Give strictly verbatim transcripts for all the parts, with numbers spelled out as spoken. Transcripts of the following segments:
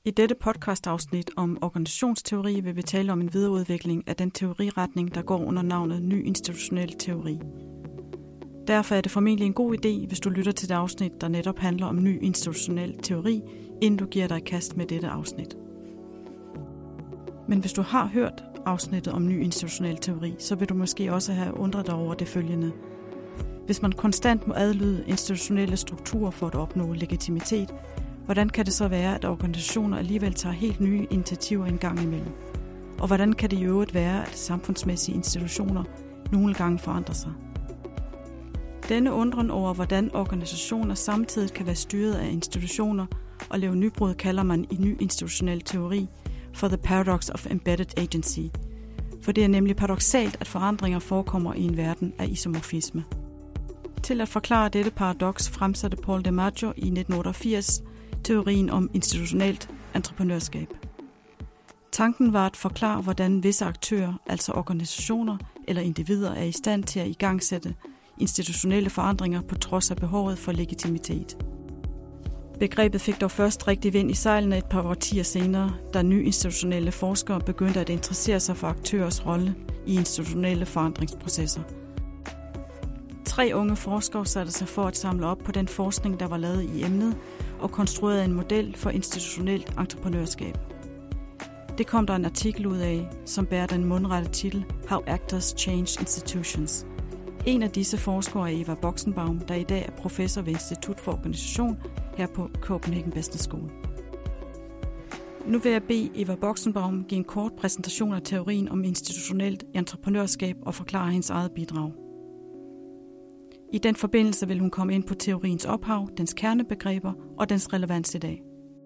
I dette podcastafsnit om organisationsteori vil vi tale om en videreudvikling af den teoriretning, der går under navnet ny institutionel teori. Derfor er det formentlig en god idé, hvis du lytter til det afsnit, der netop handler om ny institutionel teori, inden du giver dig et kast med dette afsnit. Men hvis du har hørt afsnittet om ny institutionel teori, så vil du måske også have undret dig over det følgende. Hvis man konstant må adlyde institutionelle strukturer for at opnå legitimitet, hvordan kan det så være, at organisationer alligevel tager helt nye initiativer en gang imellem? Og hvordan kan det i øvrigt være, at samfundsmæssige institutioner nogle gange forandrer sig? Denne undren over, hvordan organisationer samtidig kan være styret af institutioner og lave nybrud, kalder man i ny institutionel teori for the paradox of embedded agency. For det er nemlig paradoksalt, at forandringer forekommer i en verden af isomorfisme. Til at forklare dette paradoks fremsatte Paul DiMaggio i nitten otteogfirs teorien om institutionelt entreprenørskab. Tanken var at forklare, hvordan visse aktører, altså organisationer eller individer, er i stand til at igangsætte institutionelle forandringer på trods af behovet for legitimitet. Begrebet fik dog først rigtig vind i sejlene et par årtier senere, da nye institutionelle forskere begyndte at interessere sig for aktørers rolle i institutionelle forandringsprocesser. Tre unge forskere satte sig for at samle op på den forskning, der var lavet i emnet, og konstruerede en model for institutionelt entreprenørskab. Det kom der en artikel ud af, som bærer den mundrette titel How Actors Change Institutions. En af disse forskere er Eva Boxenbaum, der i dag er professor ved Institut for Organisation her på Copenhagen Business School. Nu vil jeg bede Eva Boxenbaum give en kort præsentation af teorien om institutionelt entreprenørskab og forklare hendes eget bidrag. I den forbindelse vil hun komme ind på teoriens ophav, dens kernebegreber og dens relevans i dag.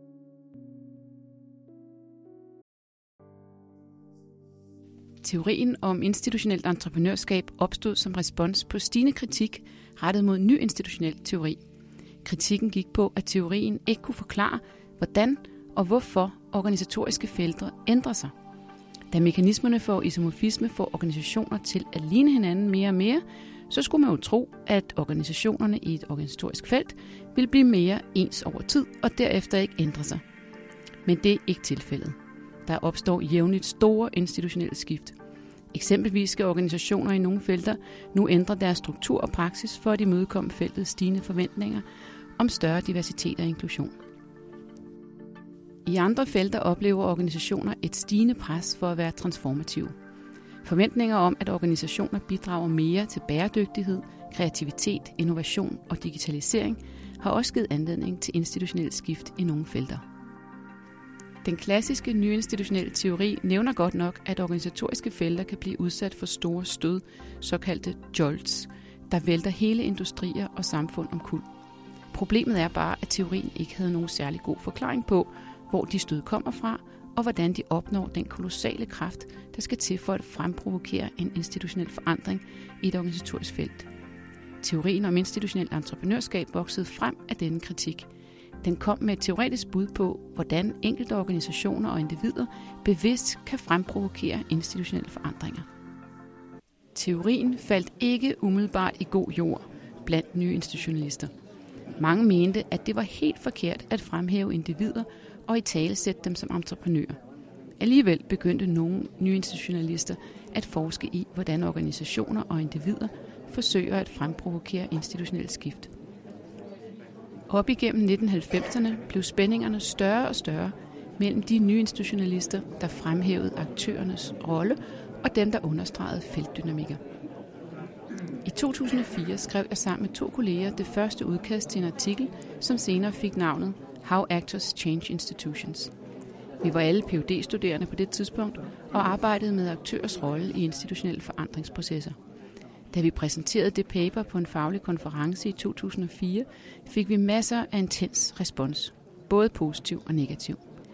Teorien om institutionelt entreprenørskab opstod som respons på stigende kritik rettet mod ny institutionel teori. Kritikken gik på, at teorien ikke kunne forklare, hvordan og hvorfor organisatoriske felter ændrer sig. Da mekanismerne for isomorfisme får organisationer til at ligne hinanden mere og mere, så skulle man jo tro, at organisationerne i et organisatorisk felt vil blive mere ens over tid og derefter ikke ændre sig. Men det er ikke tilfældet. Der opstår jævnligt store institutionelle skift. Eksempelvis skal organisationer i nogle felter nu ændre deres struktur og praksis for at imødekomme feltets stigende forventninger om større diversitet og inklusion. I andre felter oplever organisationer et stigende pres for at være transformative. Forventninger om, at organisationer bidrager mere til bæredygtighed, kreativitet, innovation og digitalisering, har også givet anledning til institutionelt skift i nogle felter. Den klassiske nyinstitutionelle teori nævner godt nok, at organisatoriske felter kan blive udsat for store stød, såkaldte jolts, der vælter hele industrier og samfund omkuld. Problemet er bare, at teorien ikke havde nogen særlig god forklaring på, hvor de stød kommer fra, og hvordan de opnår den kolossale kraft, der skal til for at fremprovokere en institutionel forandring i et organisatorisk felt. Teorien om institutionelt entreprenørskab voksede frem af denne kritik. Den kom med et teoretisk bud på, hvordan enkelte organisationer og individer bevidst kan fremprovokere institutionelle forandringer. Teorien faldt ikke umiddelbart i god jord blandt nye institutionalister. Mange mente, at det var helt forkert at fremhæve individer og italesætte dem som entreprenører. Alligevel begyndte nogle nye institutionalister at forske i, hvordan organisationer og individer forsøger at fremprovokere institutionelt skift. Op igennem nitten halvfemserne blev spændingerne større og større mellem de nye institutionalister, der fremhævede aktørernes rolle, og dem, der understregede feltdynamikker. I to tusind og fire skrev jeg sammen med to kolleger det første udkast til en artikel, som senere fik navnet How Actors Change Institutions. Vi var alle P H D-studerende på det tidspunkt og arbejdede med aktørers rolle i institutionelle forandringsprocesser. Da vi præsenterede det paper på en faglig konference i to tusind og fire, fik vi masser af intens respons, både positiv og negativ.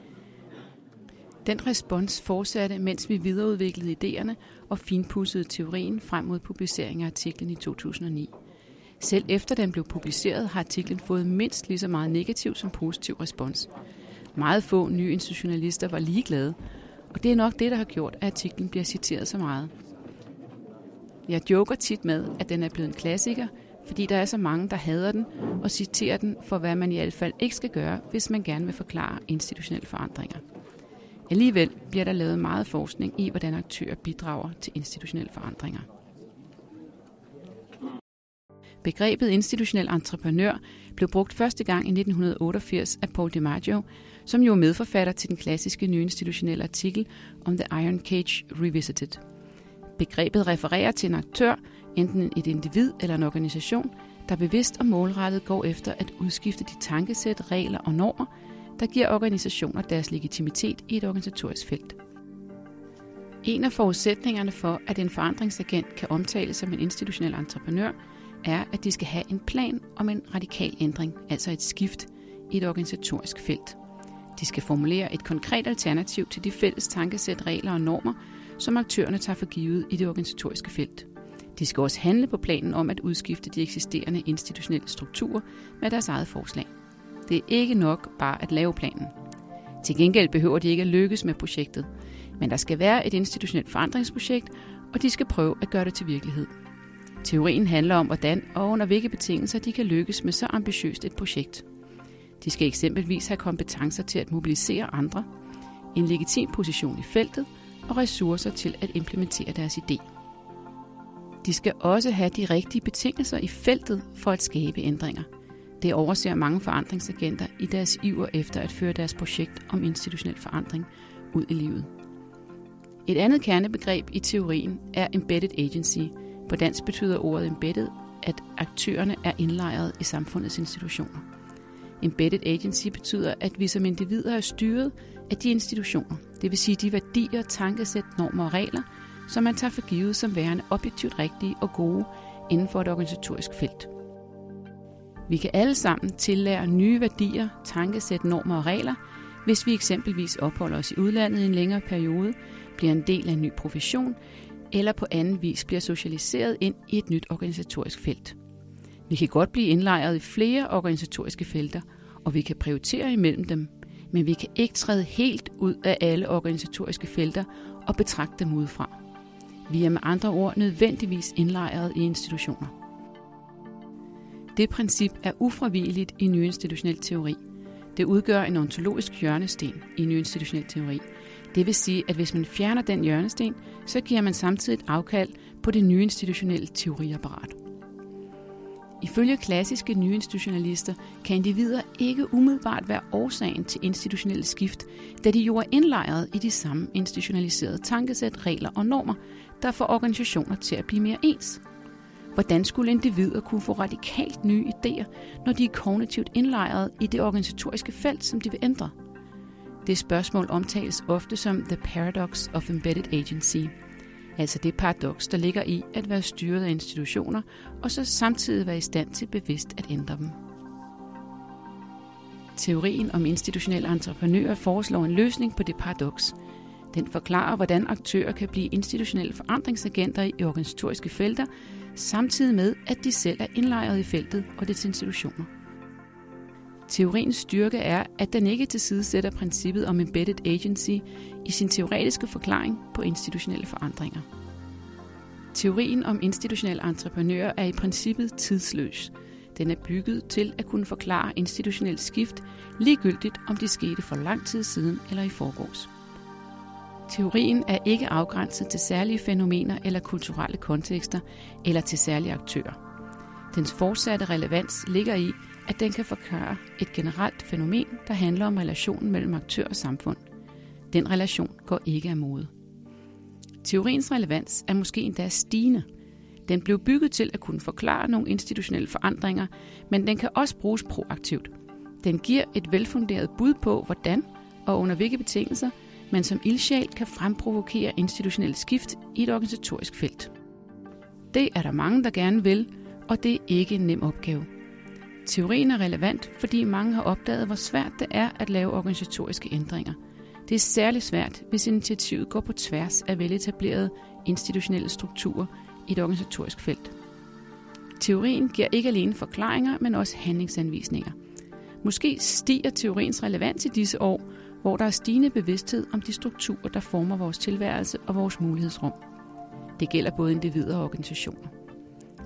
Den respons fortsatte, mens vi videreudviklede idéerne og finpudsede teorien frem mod publicering af artiklen i to tusind og ni. Selv efter den blev publiceret, har artiklen fået mindst lige så meget negativ som positiv respons. Meget få nye institutionalister var ligeglade, og det er nok det, der har gjort, at artiklen bliver citeret så meget. Jeg joker tit med, at den er blevet en klassiker, fordi der er så mange, der hader den og citerer den for, hvad man i hvert fald ikke skal gøre, hvis man gerne vil forklare institutionelle forandringer. Alligevel bliver der lavet meget forskning i, hvordan aktører bidrager til institutionelle forandringer. Begrebet institutionel entreprenør blev brugt første gang i nitten otteogfirs af Paul DiMaggio, som jo er medforfatter til den klassiske nye institutionelle artikel om The Iron Cage Revisited. Begrebet refererer til en aktør, enten et individ eller en organisation, der bevidst og målrettet går efter at udskifte de tankesæt, regler og normer, der giver organisationer deres legitimitet i et organisatorisk felt. En af forudsætningerne for, at en forandringsagent kan omtales som en institutionel entreprenør, er, at de skal have en plan om en radikal ændring, altså et skift i et organisatorisk felt. De skal formulere et konkret alternativ til de fælles tankesæt, regler og normer, som aktørerne tager for givet i det organisatoriske felt. De skal også handle på planen om at udskifte de eksisterende institutionelle strukturer med deres eget forslag. Det er ikke nok bare at lave planen. Til gengæld behøver de ikke at lykkes med projektet, men der skal være et institutionelt forandringsprojekt, og de skal prøve at gøre det til virkelighed. Teorien handler om, hvordan og under hvilke betingelser de kan lykkes med så ambitiøst et projekt. De skal eksempelvis have kompetencer til at mobilisere andre, en legitim position i feltet og ressourcer til at implementere deres idé. De skal også have de rigtige betingelser i feltet for at skabe ændringer. Det overser mange forandringsagenter i deres iver efter at føre deres projekt om institutionel forandring ud i livet. Et andet kernebegreb i teorien er embedded agency. På dansk betyder ordet embedded, at aktørerne er indlejret i samfundets institutioner. Embedded agency betyder, at vi som individer er styret af de institutioner, det vil sige de værdier, tankesæt, normer og regler, som man tager for givet som værende objektivt rigtige og gode inden for et organisatorisk felt. Vi kan alle sammen tillære nye værdier, tankesæt, normer og regler, hvis vi eksempelvis opholder os i udlandet i en længere periode, bliver en del af en ny profession, eller på anden vis bliver socialiseret ind i et nyt organisatorisk felt. Vi kan godt blive indlejret i flere organisatoriske felter, og vi kan prioritere imellem dem, men vi kan ikke træde helt ud af alle organisatoriske felter og betragte dem udefra. Vi er med andre ord nødvendigvis indlejret i institutioner. Det princip er ufravigeligt i ny institutionel teori. Det udgør en ontologisk hjørnesten i ny institutionel teori. Det vil sige, at hvis man fjerner den hjørnesten, så giver man samtidig et afkald på det nye institutionelle teoriapparat. Ifølge klassiske nye institutionalister kan individer ikke umiddelbart være årsagen til institutionelle skift, da de jo er indlejret i de samme institutionaliserede tankesæt, regler og normer, der får organisationer til at blive mere ens. Hvordan skulle individer kunne få radikalt nye idéer, når de er kognitivt indlejret i det organisatoriske felt, som de vil ændre? Det spørgsmål omtales ofte som the paradox of embedded agency, altså det paradoks, der ligger i at være styret af institutioner, og så samtidig være i stand til bevidst at ændre dem. Teorien om institutionelle entreprenører foreslår en løsning på det paradoks. Den forklarer, hvordan aktører kan blive institutionelle forandringsagenter i organisatoriske felter, samtidig med, at de selv er indlejret i feltet og dets institutioner. Teoriens styrke er, at den ikke tilsidesætter princippet om embedded agency i sin teoretiske forklaring på institutionelle forandringer. Teorien om institutionelle entreprenører er i princippet tidsløs. Den er bygget til at kunne forklare institutionelt skift, ligegyldigt om de skete for lang tid siden eller i forgårs. Teorien er ikke afgrænset til særlige fænomener eller kulturelle kontekster eller til særlige aktører. Dens fortsatte relevans ligger i, at den kan forklare et generelt fænomen, der handler om relationen mellem aktør og samfund. Den relation går ikke af mode. Teoriens relevans er måske endda stigende. Den blev bygget til at kunne forklare nogle institutionelle forandringer, men den kan også bruges proaktivt. Den giver et velfunderet bud på, hvordan og under hvilke betingelser man som ildsjæl kan fremprovokere institutionelle skift i et organisatorisk felt. Det er der mange, der gerne vil, og det er ikke en nem opgave. Teorien er relevant, fordi mange har opdaget, hvor svært det er at lave organisatoriske ændringer. Det er særligt svært, hvis initiativet går på tværs af veletablerede institutionelle strukturer i et organisatorisk felt. Teorien giver ikke alene forklaringer, men også handlingsanvisninger. Måske stiger teoriens relevans i disse år, hvor der er stigende bevidsthed om de strukturer, der former vores tilværelse og vores mulighedsrum. Det gælder både individer og organisationer.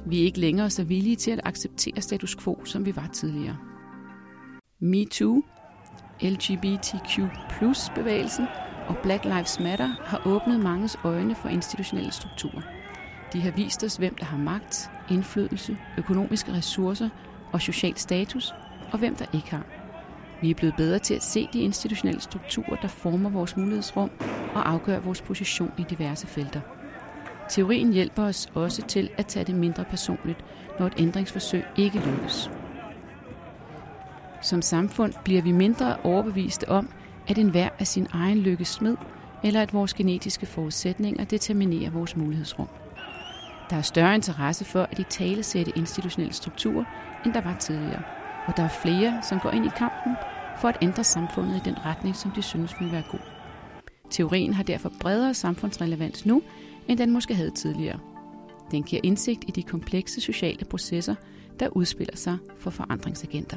Vi er ikke længere så villige til at acceptere status quo, som vi var tidligere. MeToo, L G B T Q plus bevægelsen og Black Lives Matter har åbnet manges øjne for institutionelle strukturer. De har vist os, hvem der har magt, indflydelse, økonomiske ressourcer og social status, og hvem der ikke har. Vi er blevet bedre til at se de institutionelle strukturer, der former vores mulighedsrum og afgør vores position i diverse felter. Teorien hjælper os også til at tage det mindre personligt, når et ændringsforsøg ikke lykkes. Som samfund bliver vi mindre overbeviste om, at enhver er sin egen lykkes smed, eller at vores genetiske forudsætninger determinerer vores mulighedsrum. Der er større interesse for at italesætte institutionelle strukturer, end der var tidligere, og der er flere, som går ind i kampen for at ændre samfundet i den retning, som de synes vil være god. Teorien har derfor bredere samfundsrelevans nu, end den måske havde tidligere. Den giver indsigt i de komplekse sociale processer, der udspiller sig for forandringsagenter.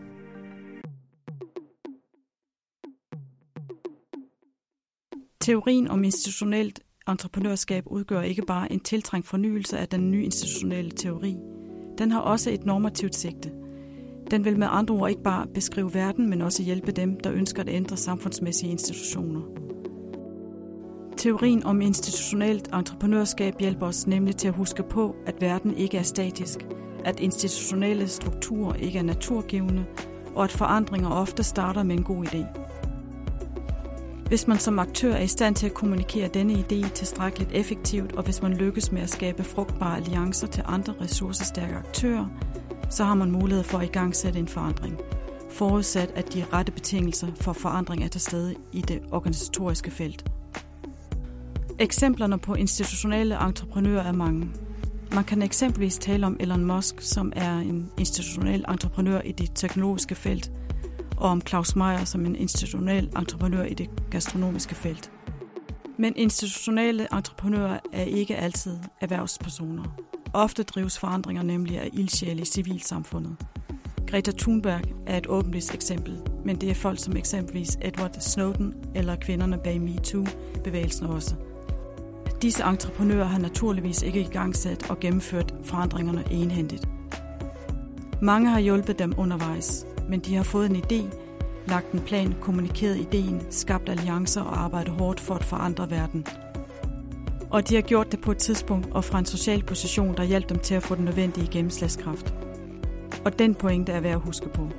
Teorien om institutionelt entreprenørskab udgør ikke bare en tiltrængt fornyelse af den nye institutionelle teori. Den har også et normativt sigte. Den vil med andre ord ikke bare beskrive verden, men også hjælpe dem, der ønsker at ændre samfundsmæssige institutioner. Teorien om institutionelt entreprenørskab hjælper os nemlig til at huske på, at verden ikke er statisk, at institutionelle strukturer ikke er naturgivende, og at forandringer ofte starter med en god idé. Hvis man som aktør er i stand til at kommunikere denne idé tilstrækkeligt effektivt, og hvis man lykkes med at skabe frugtbare alliancer til andre ressourcestærke aktører, så har man mulighed for at igangsætte en forandring, forudsat at de rette betingelser for forandring er til stede i det organisatoriske felt. Eksemplerne på institutionelle entreprenører er mange. Man kan eksempelvis tale om Elon Musk, som er en institutionel entreprenør i det teknologiske felt, og om Claus Meyer som en institutionel entreprenør i det gastronomiske felt. Men institutionelle entreprenører er ikke altid erhvervspersoner. Ofte drives forandringer nemlig af ildsjæle i civilsamfundet. Greta Thunberg er et åbenlyst eksempel, men det er folk som eksempelvis Edward Snowden eller kvinderne bag MeToo-bevægelsen også. Disse entreprenører har naturligvis ikke igangsat og gennemført forandringerne enhændigt. Mange har hjulpet dem undervejs, men de har fået en idé, lagt en plan, kommunikeret ideen, skabt alliancer og arbejdet hårdt for at forandre verden. Og de har gjort det på et tidspunkt og fra en social position, der hjalp dem til at få den nødvendige gennemslagskraft. Og den pointe er værd at huske på.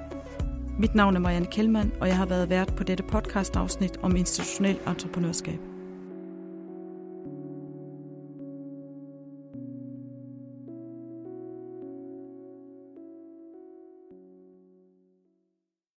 Mit navn er Marianne Kjellmann, og jeg har været vært på dette podcast-afsnit om institutionelt entreprenørskab.